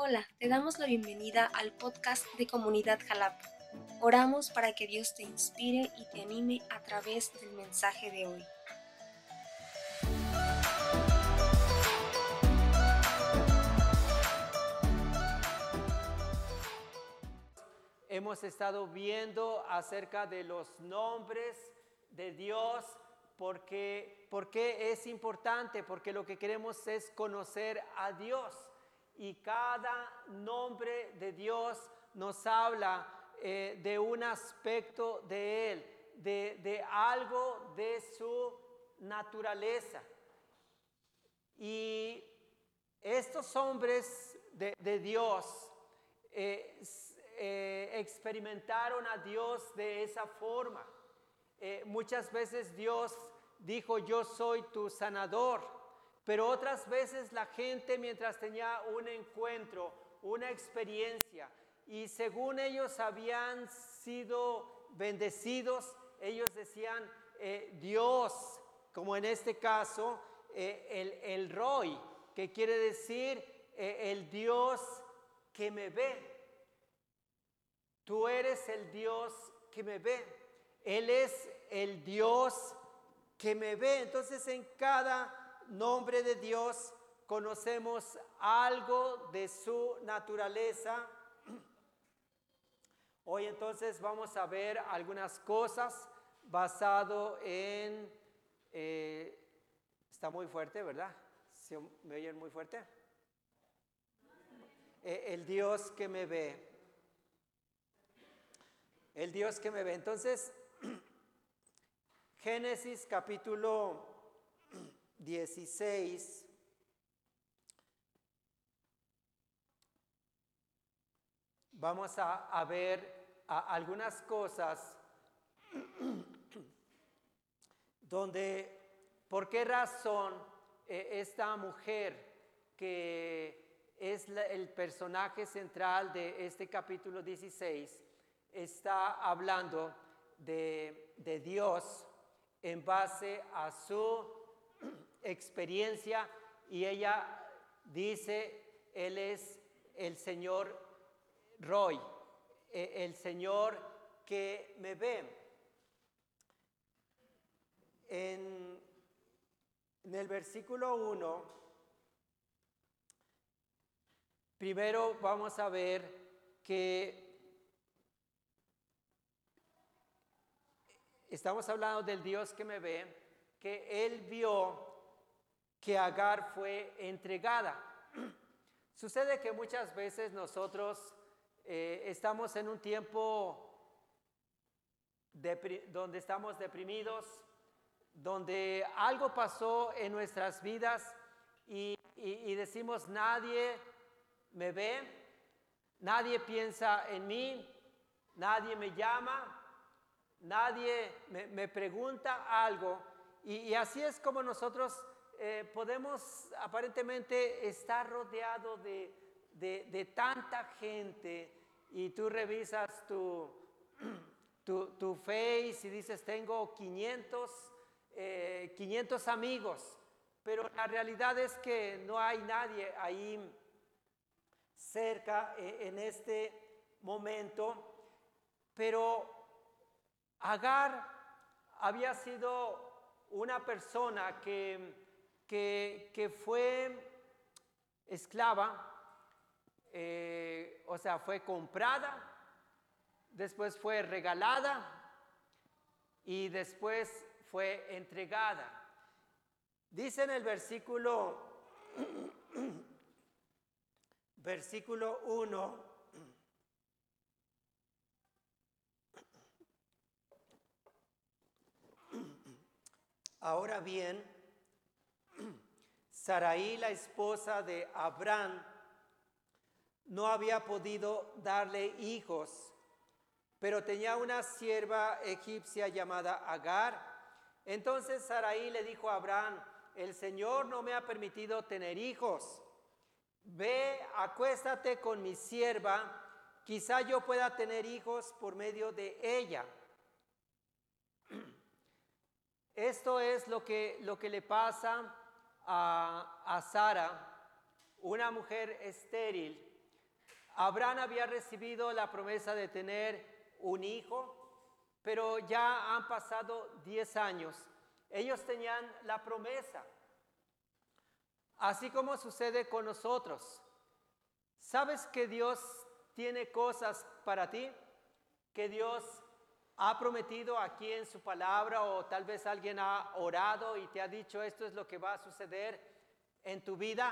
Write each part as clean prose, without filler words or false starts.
Hola, te damos la bienvenida al podcast de Comunidad Jalapa. Oramos para que Dios te inspire y te anime a través del mensaje de hoy. Hemos estado viendo acerca de los nombres de Dios, porque es importante, porque lo que queremos es conocer a Dios. Y cada nombre de Dios nos habla de un aspecto de Él, de algo de su naturaleza. Y estos hombres de Dios experimentaron a Dios de esa forma. Muchas veces Dios dijo: yo soy tu sanador, pero otras veces la gente, mientras tenía un encuentro, una experiencia, y según ellos habían sido bendecidos, ellos decían Dios, como en este caso el Roy, que quiere decir el Dios que me ve. Tú eres el Dios que me ve. Él es el Dios que me ve. Entonces, en cada nombre de Dios conocemos algo de su naturaleza. Hoy entonces vamos a ver algunas cosas basado en... está muy fuerte, ¿verdad? ¿Se me oyen muy fuerte? El Dios que me ve. El Dios que me ve. Entonces, Génesis capítulo 16. Vamos a ver algunas cosas donde, ¿por qué razón esta mujer, que es el personaje central de este capítulo 16, está hablando de Dios en base a su experiencia? Y ella dice: Él es el Señor Roy, el Señor que me ve. En el versículo 1, primero vamos a ver que estamos hablando del Dios que me ve, que Él vio que Agar fue entregada. Sucede que muchas veces nosotros estamos en un tiempo donde estamos deprimidos, donde algo pasó en nuestras vidas y decimos: nadie me ve, nadie piensa en mí, nadie me llama, nadie me pregunta algo. Y así es como nosotros podemos aparentemente estar rodeados de tanta gente, y tú revisas tu Face y dices: tengo 500 amigos, pero la realidad es que no hay nadie ahí cerca en este momento. Pero Agar había sido una persona que fue esclava, o sea, fue comprada, después fue regalada y después fue entregada. Dice en el versículo 1: ahora bien, Sarai, la esposa de Abraham, no había podido darle hijos, pero tenía una sierva egipcia llamada Agar. Entonces Sarai le dijo a Abraham: el Señor no me ha permitido tener hijos. Ve, acuéstate con mi sierva, quizá yo pueda tener hijos por medio de ella. Esto es lo que le pasa a Sara, una mujer estéril, Abraham había recibido la promesa de tener un hijo, pero ya han pasado 10 años. Ellos tenían la promesa, así como sucede con nosotros. ¿Sabes que Dios tiene cosas para ti? Que Dios ha prometido aquí en su palabra, o tal vez alguien ha orado y te ha dicho esto es lo que va a suceder en tu vida.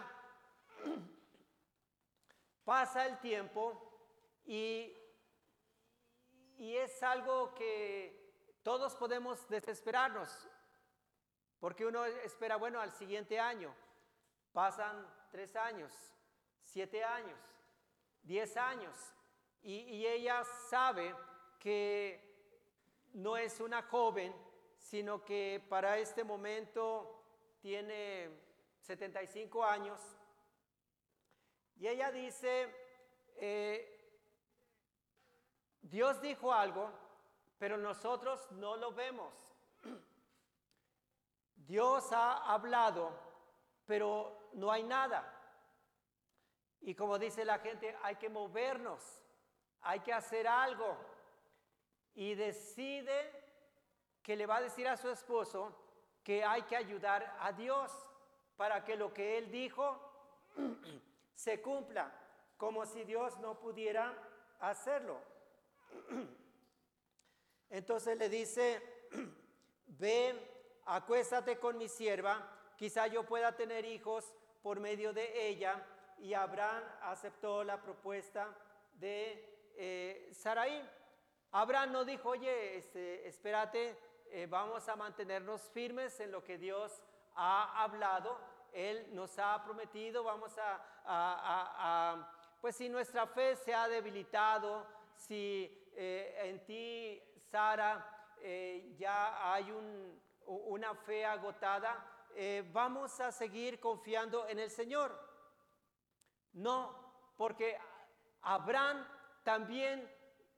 Pasa el tiempo y es algo que todos podemos desesperarnos, porque uno espera, bueno, al siguiente año. Pasan 3 años, 7 años, 10 años, y ella sabe que no es una joven, sino que para este momento tiene 75 años. Y ella dice, Dios dijo algo, pero nosotros no lo vemos. Dios ha hablado, pero no hay nada. Y como dice la gente, hay que movernos, hay que hacer algo. Y decide que le va a decir a su esposo que hay que ayudar a Dios para que lo que él dijo se cumpla, como si Dios no pudiera hacerlo. Entonces le dice, ve, acuéstate con mi sierva, quizá yo pueda tener hijos por medio de ella. Y Abraham aceptó la propuesta de Sarai. Abraham no dijo, oye, espérate, vamos a mantenernos firmes en lo que Dios ha hablado. Él nos ha prometido, vamos pues si nuestra fe se ha debilitado, si en ti, Sara, ya hay una fe agotada, vamos a seguir confiando en el Señor. No, porque Abraham también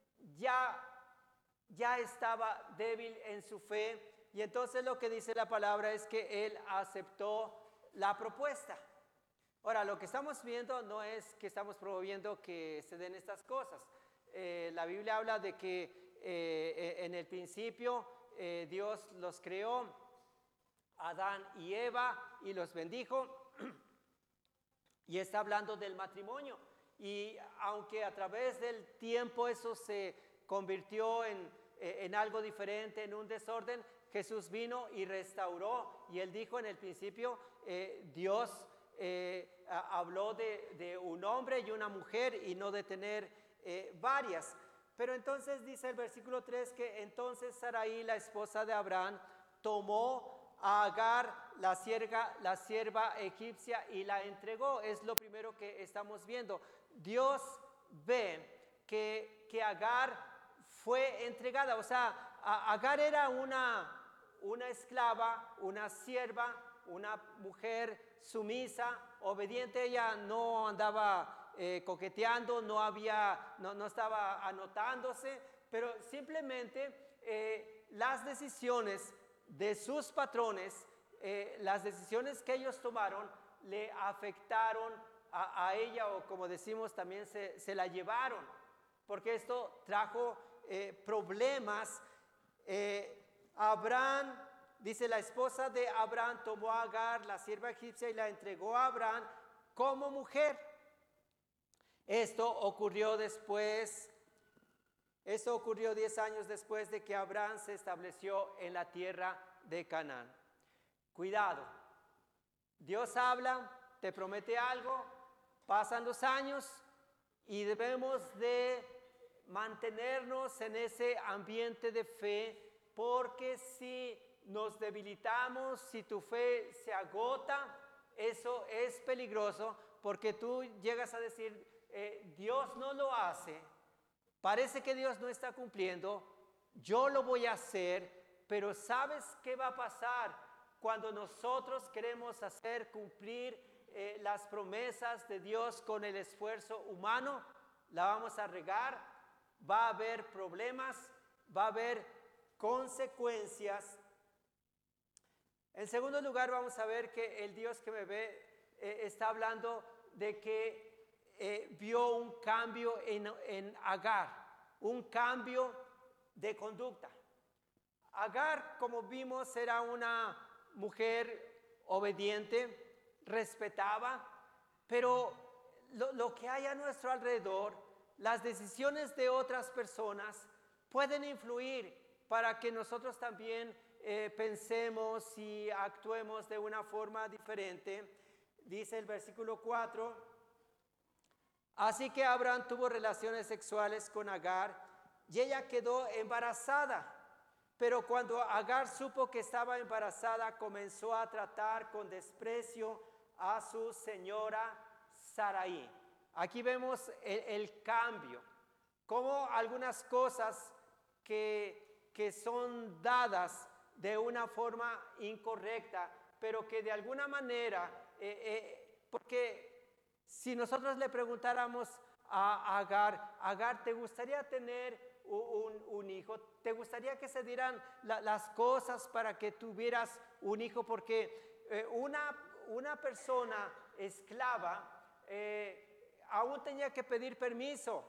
ya estaba débil en su fe, y entonces lo que dice la palabra es que él aceptó la propuesta. Ahora, lo que estamos viendo no es que estamos promoviendo que se den estas cosas. La Biblia habla de que en el principio Dios los creó, Adán y Eva, y los bendijo, y está hablando del matrimonio. Y aunque a través del tiempo eso se convirtió en algo diferente, en un desorden, Jesús vino y restauró. Y él dijo en el principio, Dios habló de un hombre y una mujer y no de tener varias. Pero entonces dice el versículo 3 que entonces Sarai, la esposa de Abraham, tomó a Agar, la sierva egipcia, y la entregó. Es lo primero que estamos viendo. Dios ve que Agar fue entregada. O sea, Agar era una esclava, una sierva, una mujer sumisa, obediente. Ella no andaba coqueteando, no estaba anotándose, pero simplemente las decisiones de sus patrones, las decisiones que ellos tomaron, le afectaron a ella, o como decimos también se la llevaron, porque esto trajo problemas. Abraham, dice, la esposa de Abraham tomó a Agar, la sierva egipcia, y la entregó a Abraham como mujer. Esto ocurrió 10 años después de que Abraham se estableció en la tierra de Canaán. Cuidado, Dios habla, te promete algo, pasan los años y debemos de mantenernos en ese ambiente de fe, porque si nos debilitamos, si tu fe se agota, eso es peligroso, porque tú llegas a decir, Dios no lo hace, parece que Dios no está cumpliendo, yo lo voy a hacer. Pero ¿sabes qué va a pasar cuando nosotros queremos hacer cumplir las promesas de Dios con el esfuerzo humano? La vamos a regar, va a haber problemas, va a haber consecuencias. En segundo lugar, vamos a ver que el Dios que me ve está hablando de que vio un cambio en Agar, un cambio de conducta. Agar, como vimos, era una mujer obediente, respetaba, pero lo que hay a nuestro alrededor, las decisiones de otras personas pueden influir para que nosotros también pensemos y actuemos de una forma diferente. Dice el versículo 4, así que Abraham tuvo relaciones sexuales con Agar y ella quedó embarazada. Pero cuando Agar supo que estaba embarazada, comenzó a tratar con desprecio a su señora Sarai. Aquí vemos el cambio, como algunas cosas que son dadas de una forma incorrecta, pero que de alguna manera, porque si nosotros le preguntáramos a Agar, ¿te gustaría tener un hijo? ¿Te gustaría que se dieran las cosas para que tuvieras un hijo? Porque una persona esclava aún tenía que pedir permiso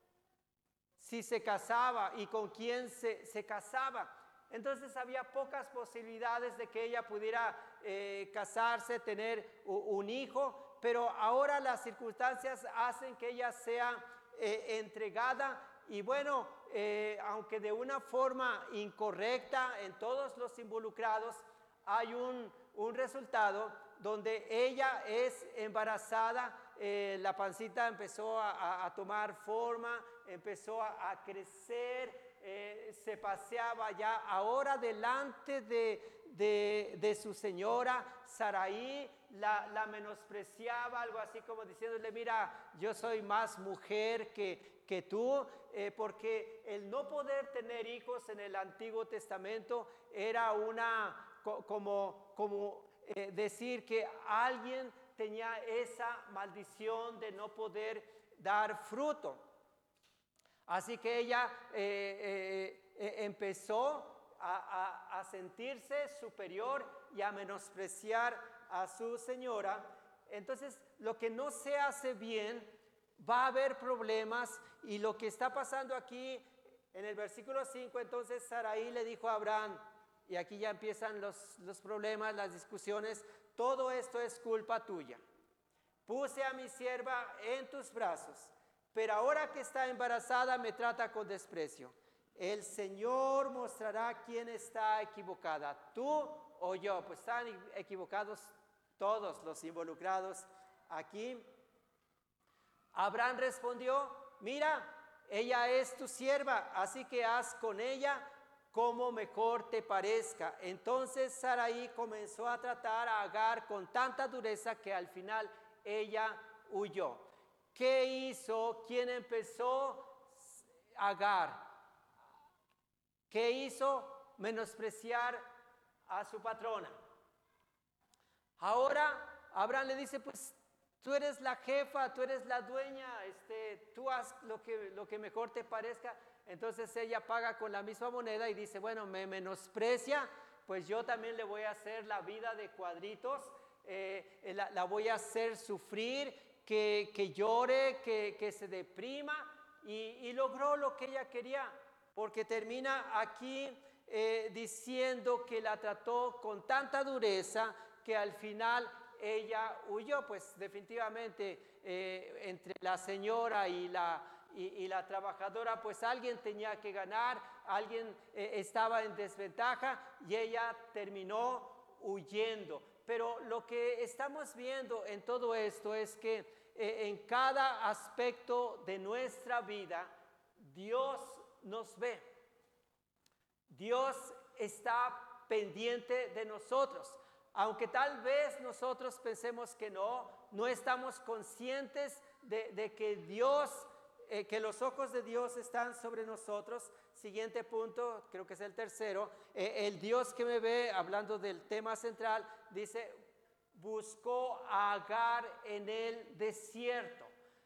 si se casaba y con quién se casaba. Entonces había pocas posibilidades de que ella pudiera casarse, tener un hijo, pero ahora las circunstancias hacen que ella sea entregada. Y bueno, aunque de una forma incorrecta en todos los involucrados, hay un resultado donde ella es embarazada, la pancita empezó a tomar forma, empezó a crecer, se paseaba ya ahora delante de su señora Sarai, la menospreciaba, algo así como diciéndole, mira, yo soy más mujer que tú, porque el no poder tener hijos en el Antiguo Testamento era como decir que alguien tenía esa maldición de no poder dar fruto. Así que ella empezó a sentirse superior y a menospreciar a su señora. Entonces, lo que no se hace bien, va a haber problemas, y lo que está pasando aquí en el versículo 5, entonces Sarai le dijo a Abraham, y aquí ya empiezan los problemas, las discusiones, todo esto es culpa tuya. Puse a mi sierva en tus brazos, pero ahora que está embarazada me trata con desprecio. El Señor mostrará quién está equivocada, tú o yo. Pues están equivocados todos los involucrados aquí. Abraham respondió, mira, ella es tu sierva, así que haz con ella como mejor te parezca. Entonces Sarai comenzó a tratar a Agar con tanta dureza que al final ella huyó. ¿Qué hizo? ¿Quién empezó? Agar. ¿Qué hizo? Menospreciar a su patrona. Ahora Abraham le dice, pues tú eres la jefa, tú eres la dueña, tú haz lo que mejor te parezca. Entonces ella paga con la misma moneda y dice, bueno, me menosprecia, pues yo también le voy a hacer la vida de cuadritos, la voy a hacer sufrir, que llore, que se deprima, y logró lo que ella quería, porque termina aquí diciendo que la trató con tanta dureza que al final ella huyó. Pues definitivamente entre la señora y la trabajadora, pues alguien tenía que ganar, alguien estaba en desventaja y ella terminó huyendo. Pero lo que estamos viendo en todo esto es que en cada aspecto de nuestra vida Dios nos ve. Dios está pendiente de nosotros. Aunque tal vez nosotros pensemos que no estamos conscientes de que Dios, que los ojos de Dios están sobre nosotros. Siguiente punto, creo que es el tercero, el Dios que me ve, hablando del tema central, dice, buscó a Agar en el desierto.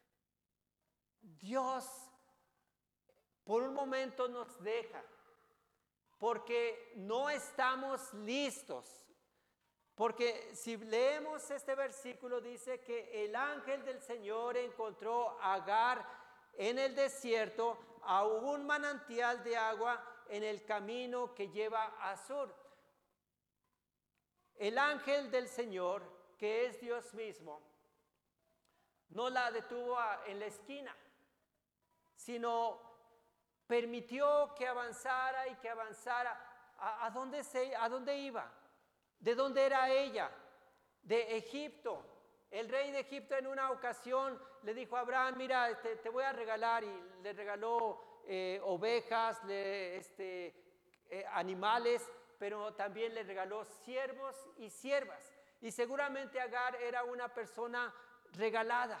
Dios por un momento nos deja, porque no estamos listos. Porque si leemos este versículo dice que el ángel del Señor encontró a Agar en el desierto a un manantial de agua en el camino que lleva a Sur. El ángel del Señor, que es Dios mismo, no la detuvo en la esquina, sino permitió que avanzara y que avanzara. ¿A dónde iba? ¿De dónde era ella? De Egipto. El rey de Egipto en una ocasión le dijo a Abraham, mira, te voy a regalar, y le regaló ovejas, animales, pero también le regaló siervos y siervas. Y seguramente Agar era una persona regalada.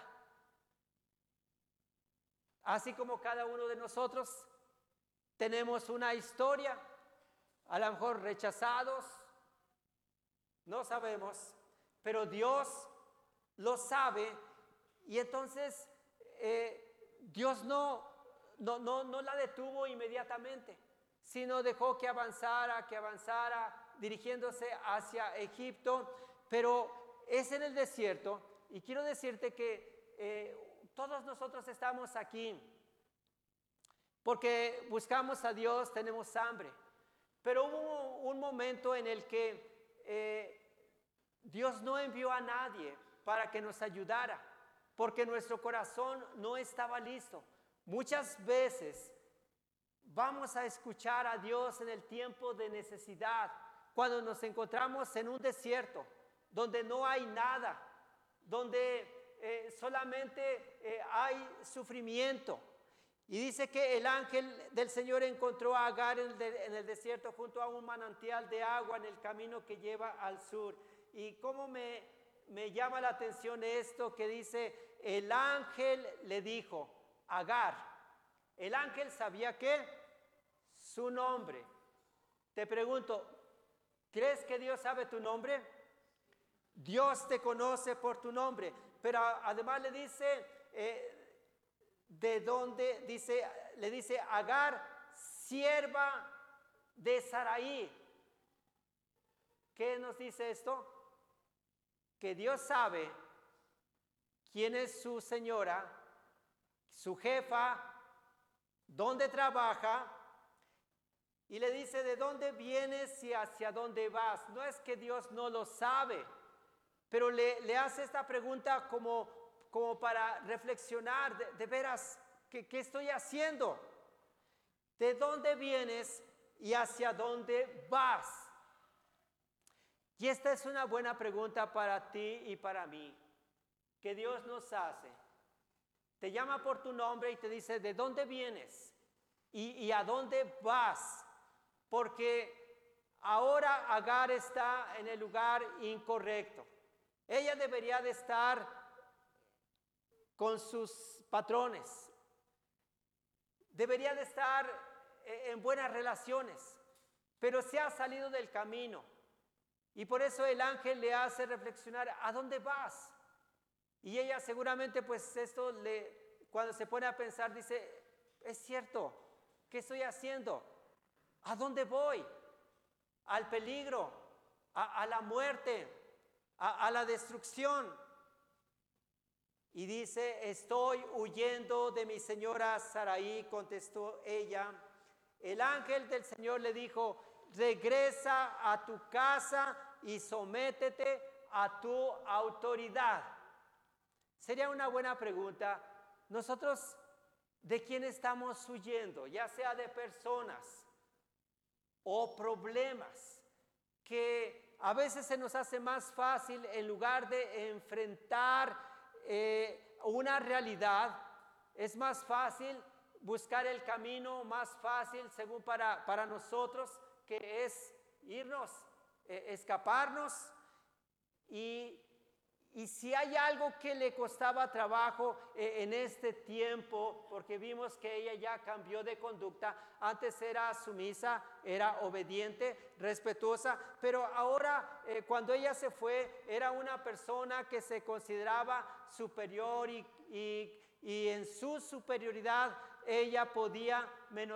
Así como cada uno de nosotros tenemos una historia, a lo mejor rechazados, no sabemos, pero Dios lo sabe, y entonces Dios no la detuvo inmediatamente, sino dejó que avanzara, dirigiéndose hacia Egipto, pero es en el desierto, y quiero decirte que todos nosotros estamos aquí porque buscamos a Dios, tenemos hambre, pero hubo un momento en el que Dios no envió a nadie para que nos ayudara, porque nuestro corazón no estaba listo. Muchas veces vamos a escuchar a Dios en el tiempo de necesidad, cuando nos encontramos en un desierto, donde no hay nada, donde solamente hay sufrimiento. Y dice que el ángel del Señor encontró a Agar en el desierto junto a un manantial de agua en el camino que lleva al sur. Y cómo me llama la atención esto que dice, el ángel le dijo, Agar. El ángel sabía ¿qué? Su nombre. Te pregunto, ¿crees que Dios sabe tu nombre? Dios te conoce por tu nombre, pero además le dice, ¿de dónde? Le dice Agar, sierva de Sarai. ¿Qué nos dice esto? Que Dios sabe quién es su señora, su jefa, dónde trabaja, y le dice, ¿de dónde vienes y hacia dónde vas? No es que Dios no lo sabe, pero le hace esta pregunta como para reflexionar, de veras, ¿qué estoy haciendo? ¿De dónde vienes y hacia dónde vas? Y esta es una buena pregunta para ti y para mí, que Dios nos hace. Te llama por tu nombre y te dice, ¿de dónde vienes? ¿Y a dónde vas? Porque ahora Agar está en el lugar incorrecto. Ella debería de estar con sus patrones. Debería de estar en buenas relaciones, pero se ha salido del camino. Y por eso el ángel le hace reflexionar, ¿a dónde vas? Y ella seguramente pues esto cuando se pone a pensar dice, es cierto, ¿qué estoy haciendo? ¿A dónde voy? Al peligro, a la muerte, a la destrucción. Y dice, estoy huyendo de mi señora Sarai, contestó ella. El ángel del Señor le dijo, regresa a tu casa y sométete a tu autoridad. Sería una buena pregunta, nosotros, ¿de quién estamos huyendo? Ya sea de personas o problemas, que a veces se nos hace más fácil, en lugar de enfrentar una realidad, es más fácil buscar el camino más fácil según para nosotros, que es irnos, escaparnos. Y si hay algo que le costaba trabajo en este tiempo, porque vimos que ella ya cambió de conducta, antes era sumisa, era obediente, respetuosa, pero ahora cuando ella se fue, era una persona que se consideraba superior y en su superioridad ella podía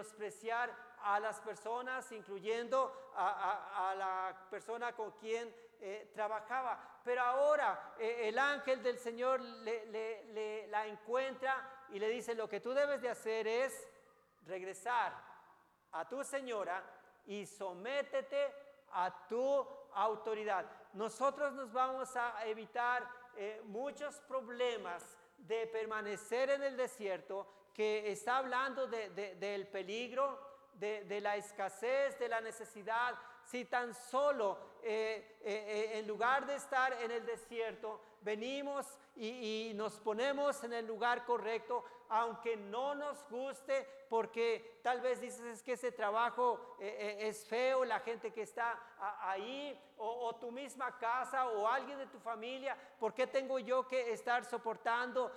menospreciar a las personas, incluyendo a la persona con quien trabajaba. Pero ahora el ángel del Señor la encuentra y le dice, lo que tú debes de hacer es regresar a tu señora y sométete a tu autoridad. Nosotros nos vamos a evitar muchos problemas de permanecer en el desierto, que está hablando del peligro, de la escasez, de la necesidad. Si tan solo en lugar de estar en el desierto, venimos y nos ponemos en el lugar correcto, aunque no nos guste, porque tal vez dices es que ese trabajo es feo, la gente que está ahí, o tu misma casa, o alguien de tu familia, ¿por qué tengo yo que estar soportando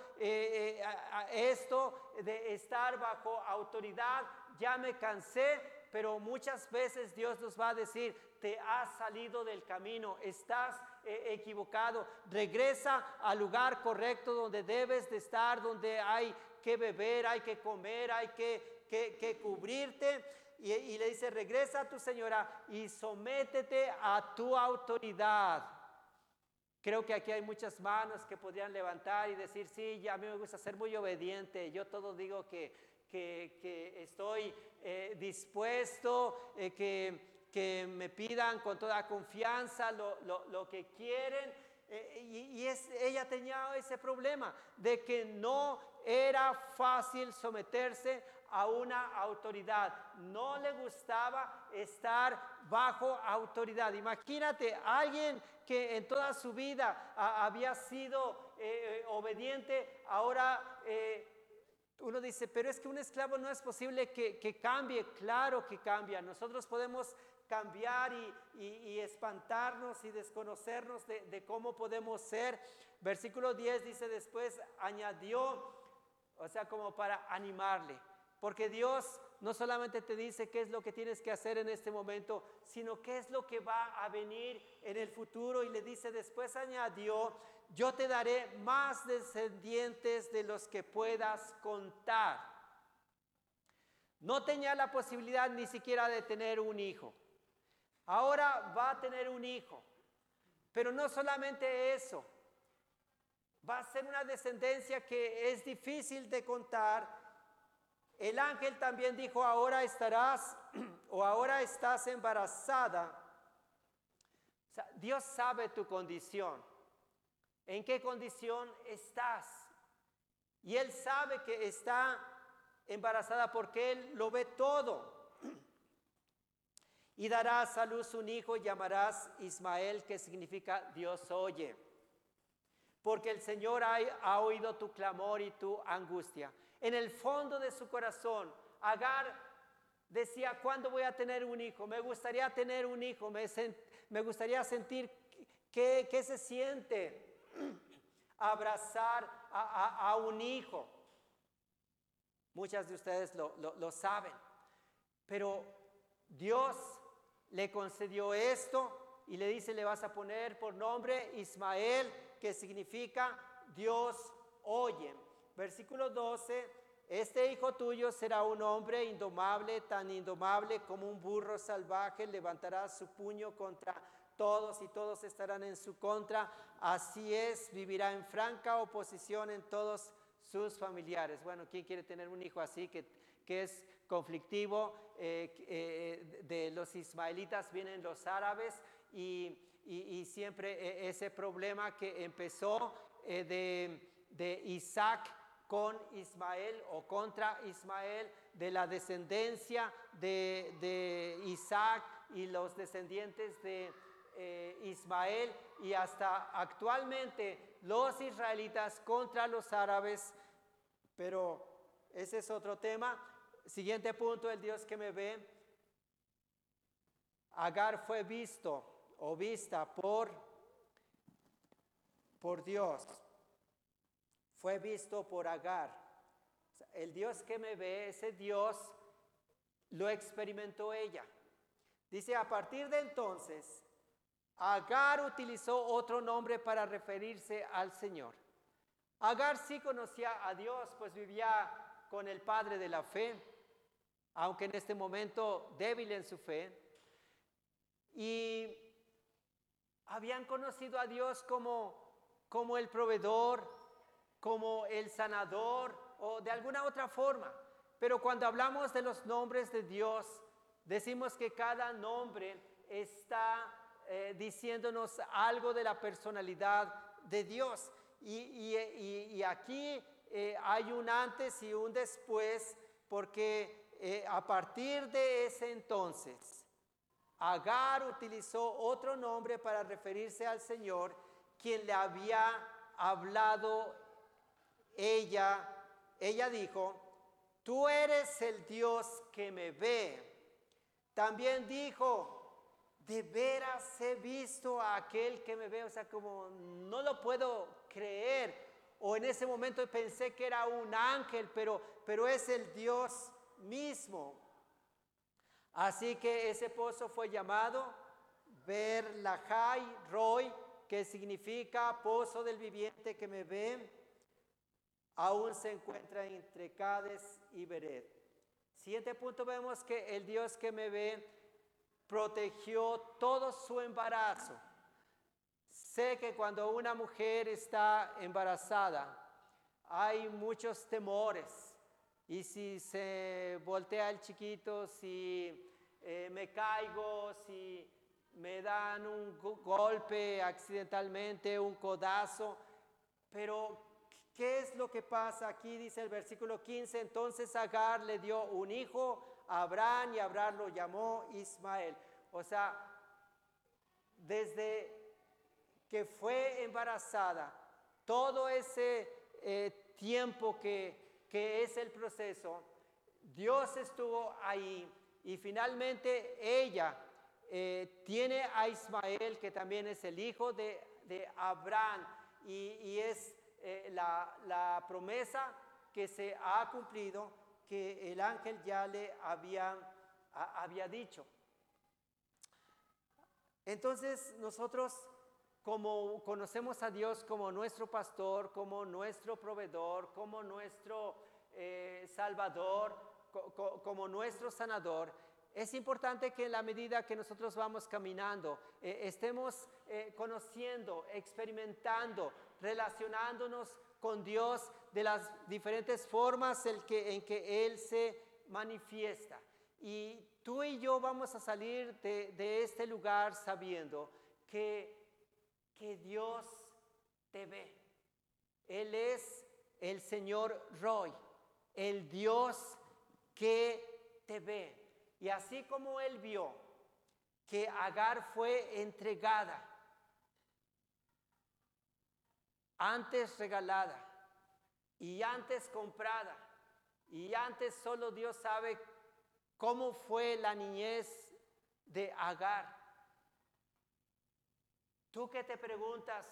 esto de estar bajo autoridad? Ya me cansé. Pero muchas veces Dios nos va a decir, te has salido del camino, estás equivocado, regresa al lugar correcto donde debes de estar, donde hay que beber, hay que comer, hay que cubrirte. Y le dice, regresa a tu señora y sométete a tu autoridad. Creo que aquí hay muchas manos que podrían levantar y decir, sí, ya a mí me gusta ser muy obediente, yo todo digo que estoy dispuesto, que me pidan con toda confianza lo que quieren. Ella tenía ese problema de que no era fácil someterse a una autoridad. No le gustaba estar bajo autoridad. Imagínate, alguien que en toda su vida había sido obediente, ahora uno dice, pero es que un esclavo no es posible que cambie. Claro que cambia. Nosotros podemos cambiar y espantarnos y desconocernos de cómo podemos ser. Versículo 10 dice, después añadió, o sea, como para animarle, porque Dios no solamente te dice qué es lo que tienes que hacer en este momento, sino qué es lo que va a venir en el futuro. Y le dice, después añadió, yo te daré más descendientes de los que puedas contar. No tenía la posibilidad ni siquiera de tener un hijo. Ahora va a tener un hijo. Pero no solamente eso, va a ser una descendencia que es difícil de contar. El ángel también dijo, ahora estarás o ahora estás embarazada. O sea, Dios sabe tu condición. ¿En qué condición estás? Y Él sabe que está embarazada porque Él lo ve todo. Y darás a luz un hijo y llamarás Ismael, que significa Dios oye. Porque el Señor ha oído tu clamor y tu angustia. En el fondo de su corazón, Agar decía, ¿cuándo voy a tener un hijo? Me gustaría tener un hijo, me gustaría sentir qué se siente abrazar a un hijo. Muchas de ustedes lo saben. Pero Dios le concedió esto y le dice, le vas a poner por nombre Ismael, que significa Dios oye. Versículo 12, este hijo tuyo será un hombre indomable, tan indomable como un burro salvaje, levantará su puño contra todos y todos estarán en su contra. Así es, vivirá en franca oposición en todos sus familiares. Bueno, ¿quién quiere tener un hijo así que es conflictivo? De los ismaelitas vienen los árabes y siempre ese problema que empezó de Isaac con Ismael o contra Ismael, de la descendencia de Isaac y los descendientes de Ismael, y hasta actualmente los israelitas contra los árabes. Pero ese es otro tema. Siguiente punto, el Dios que me ve. Agar fue visto o vista por Dios. Fue visto por Agar. El Dios que me ve, ese Dios lo experimentó ella. Dice, a partir de entonces, Agar utilizó otro nombre para referirse al Señor. Agar sí conocía a Dios, pues vivía con el padre de la fe, aunque en este momento débil en su fe. Y habían conocido a Dios como el proveedor, como el sanador o de alguna otra forma. Pero cuando hablamos de los nombres de Dios, decimos que cada nombre está diciéndonos algo de la personalidad de Dios. Y aquí hay un antes y un después, porque a partir de ese entonces, Agar utilizó otro nombre para referirse al Señor, quien le había hablado ella. Ella dijo: tú eres el Dios que me ve. También dijo: de veras he visto a aquel que me ve. O sea, como no lo puedo creer. O en ese momento pensé que era un ángel, pero es el Dios mismo. Así que ese pozo fue llamado Ber Lahai Roi, que significa pozo del viviente que me ve. Aún se encuentra entre Cades y Bered. Siguiente punto, vemos que el Dios que me ve protegió todo su embarazo. Sé que cuando una mujer está embarazada hay muchos temores. Y si se voltea el chiquito, si me caigo, si me dan un golpe accidentalmente, un codazo. Pero ¿qué es lo que pasa? Aquí dice el versículo 15, entonces Agar le dio un hijo a Abraham y Abraham lo llamó Ismael. O sea, desde que fue embarazada, todo ese tiempo que es el proceso, Dios estuvo ahí y finalmente ella tiene a Ismael, que también es el hijo de Abraham, y es la promesa que se ha cumplido, que el ángel ya le había dicho. Entonces nosotros, como conocemos a Dios como nuestro pastor, como nuestro proveedor, como nuestro salvador, como nuestro sanador, es importante que en la medida que nosotros vamos caminando, estemos conociendo, experimentando, relacionándonos con Dios de las diferentes formas en que Él se manifiesta. Y tú y yo vamos a salir de este lugar sabiendo que Dios te ve. Él es el Señor Roy, el Dios que te ve. Y así como Él vio que Agar fue entregada, antes regalada y antes comprada, y antes solo Dios sabe cómo fue la niñez de Agar. Tú que te preguntas,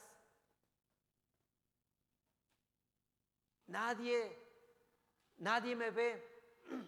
nadie me ve,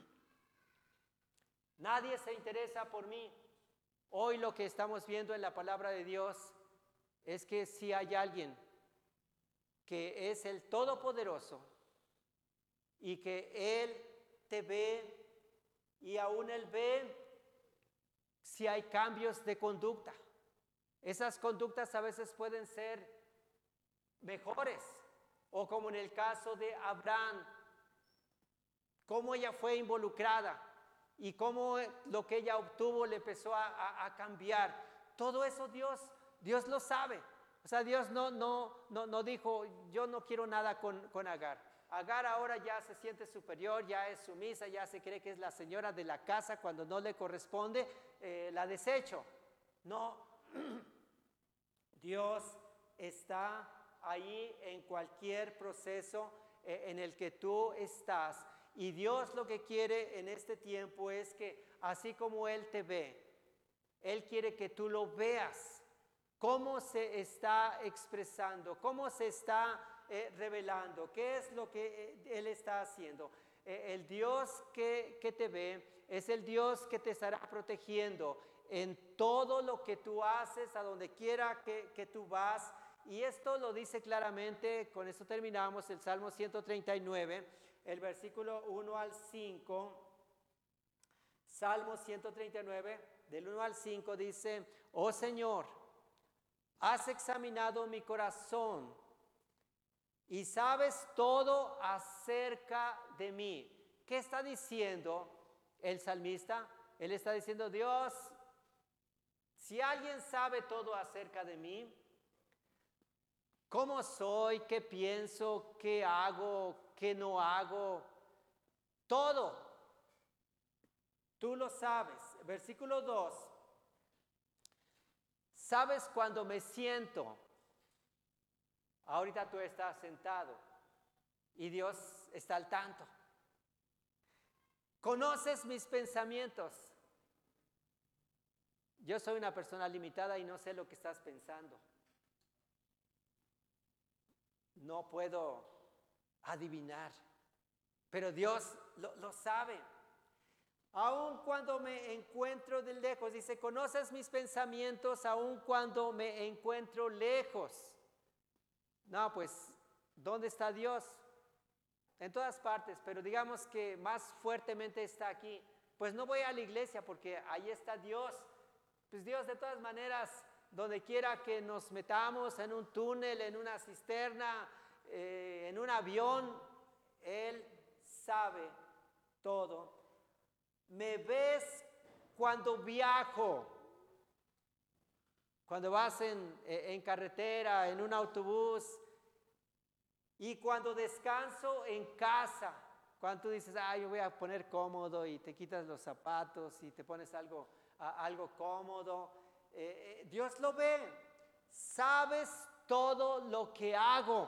nadie se interesa por mí. Hoy lo que estamos viendo en la palabra de Dios es que si hay alguien que es el Todopoderoso y que Él te ve, y aún Él ve si hay cambios de conducta. Esas conductas a veces pueden ser mejores, o como en el caso de Abraham, cómo ella fue involucrada y cómo lo que ella obtuvo le empezó a cambiar. Todo eso Dios lo sabe. O sea, Dios no dijo, yo no quiero nada con Agar. Agar ahora ya se siente superior, ya es sumisa, ya se cree que es la señora de la casa, cuando no le corresponde, la desecho. No. Dios está ahí en cualquier proceso en el que tú estás. Y Dios lo que quiere en este tiempo es que así como Él te ve, Él quiere que tú lo veas. Cómo se está expresando, cómo se está revelando, qué es lo que Él está haciendo. El Dios que te ve es el Dios que te estará protegiendo en todo lo que tú haces, a donde quiera que tú vas. Y esto lo dice claramente, con esto terminamos, el Salmo 139, el versículo 1 al 5. Salmo 139, del 1 al 5 dice: oh Señor, has examinado mi corazón y sabes todo acerca de mí. ¿Qué está diciendo el salmista? Él está diciendo, Dios, si alguien sabe todo acerca de mí, cómo soy, qué pienso, qué hago, qué no hago, todo, tú lo sabes. Versículo 2. Sabes cuando me siento. Ahorita tú estás sentado y Dios está al tanto. Conoces mis pensamientos. Yo soy una persona limitada y no sé lo que estás pensando. No puedo adivinar, pero Dios lo sabe. Aun cuando me encuentro de lejos, dice, conoces mis pensamientos aun cuando me encuentro lejos. No, pues, ¿dónde está Dios? En todas partes, pero digamos que más fuertemente está aquí. Pues no voy a la iglesia porque ahí está Dios. Pues Dios de todas maneras, donde quiera que nos metamos, en un túnel, en una cisterna, en un avión, Él sabe todo. Me ves cuando viajo, cuando vas en carretera, en un autobús, y cuando descanso en casa, cuando tú dices, yo voy a poner cómodo y te quitas los zapatos y te pones algo cómodo, Dios lo ve, sabes todo lo que hago.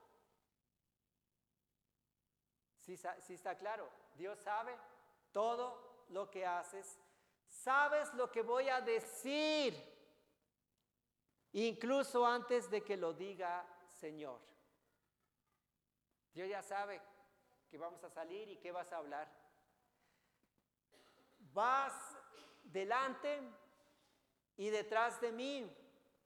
¿Sí está claro? Dios sabe todo lo que haces, sabes lo que voy a decir, incluso antes de que lo diga Señor. Dios ya sabe que vamos a salir y qué vas a hablar. Vas delante y detrás de mí.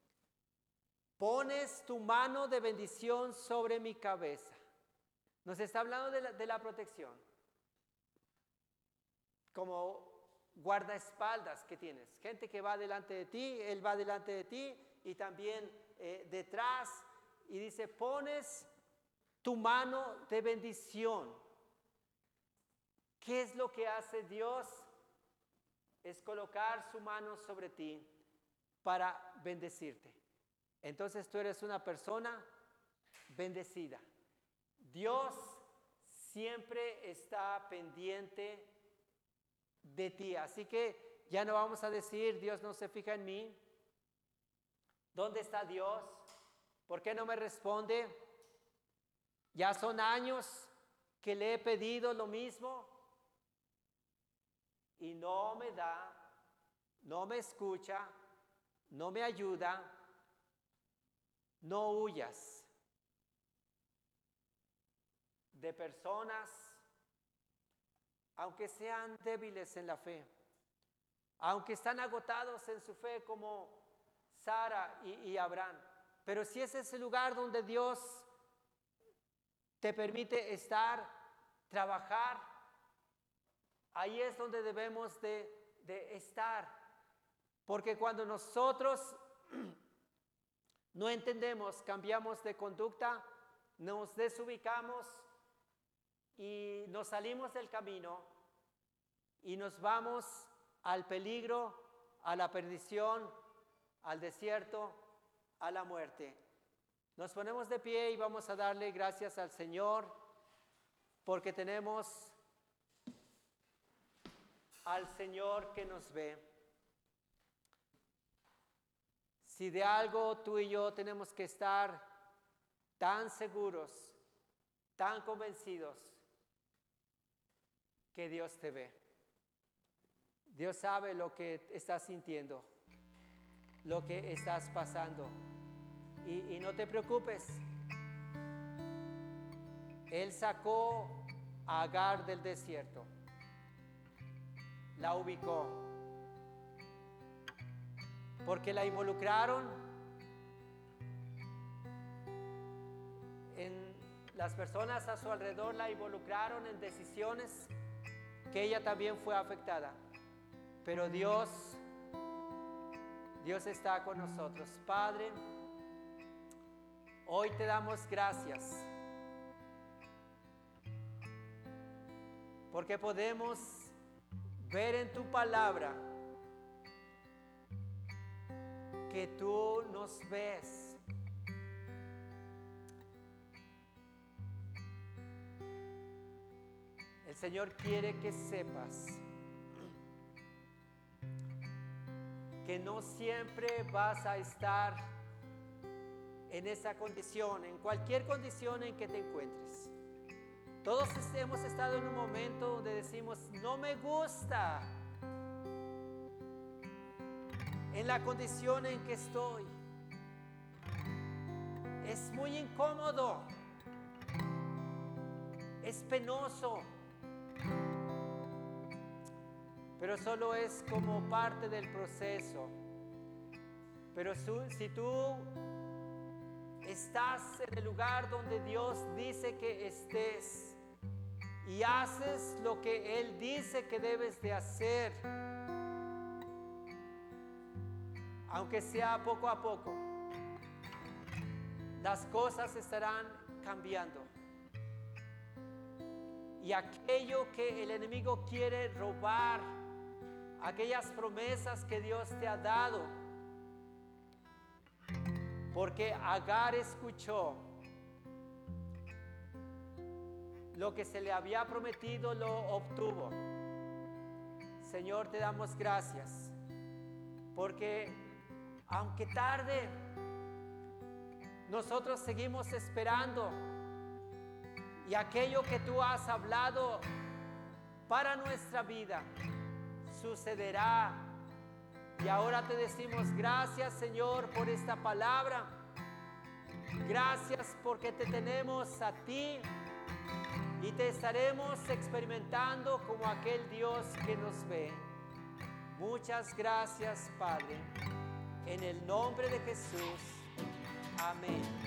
Pones tu mano de bendición sobre mi cabeza. Nos está hablando de la protección. Como guardaespaldas que tienes. Gente que va delante de ti, Él va delante de ti y también detrás. Y dice, pones tu mano de bendición. ¿Qué es lo que hace Dios? Es colocar su mano sobre ti para bendecirte. Entonces tú eres una persona bendecida. Dios siempre está pendiente de ti. Así que ya no vamos a decir, Dios no se fija en mí. ¿Dónde está Dios? ¿Por qué no me responde? Ya son años que le he pedido lo mismo y no me da, no me escucha, no me ayuda. No huyas de personas, aunque sean débiles en la fe, aunque están agotados en su fe como Sara y Abraham. Pero si ese es el lugar donde Dios te permite estar, trabajar, ahí es donde debemos de estar. Porque cuando nosotros no entendemos, cambiamos de conducta, nos desubicamos y nos salimos del camino y nos vamos al peligro, a la perdición, al desierto, a la muerte. Nos ponemos de pie y vamos a darle gracias al Señor porque tenemos al Señor que nos ve. Si de algo tú y yo tenemos que estar tan seguros, tan convencidos, que Dios te ve. Dios sabe lo que estás sintiendo, lo que estás pasando. Y no te preocupes. Él sacó a Agar del desierto, la ubicó. Porque la involucraron las personas a su alrededor la involucraron en decisiones que ella también fue afectada. Pero Dios está con nosotros. Padre, Hoy te damos gracias porque podemos ver en tu palabra que tú nos ves. El Señor quiere que sepas que no siempre vas a estar en esa condición, en cualquier condición en que te encuentres. Todos hemos estado en un momento donde decimos, no me gusta en la condición en que estoy. Es muy incómodo, es penoso, pero solo es como parte del proceso. Pero si tú estás en el lugar donde Dios dice que estés y haces lo que Él dice que debes de hacer, aunque sea poco a poco, las cosas estarán cambiando. Y aquello que el enemigo quiere robar, aquellas promesas que Dios te ha dado, porque Agar escuchó lo que se le había prometido, lo obtuvo. Señor, te damos gracias, porque aunque tarde, nosotros seguimos esperando, y aquello que tú has hablado para nuestra vida sucederá. Y ahora te decimos gracias, Señor, por esta palabra. Gracias porque te tenemos a ti y te estaremos experimentando como aquel Dios que nos ve. Muchas gracias, Padre. En el nombre de Jesús. Amén.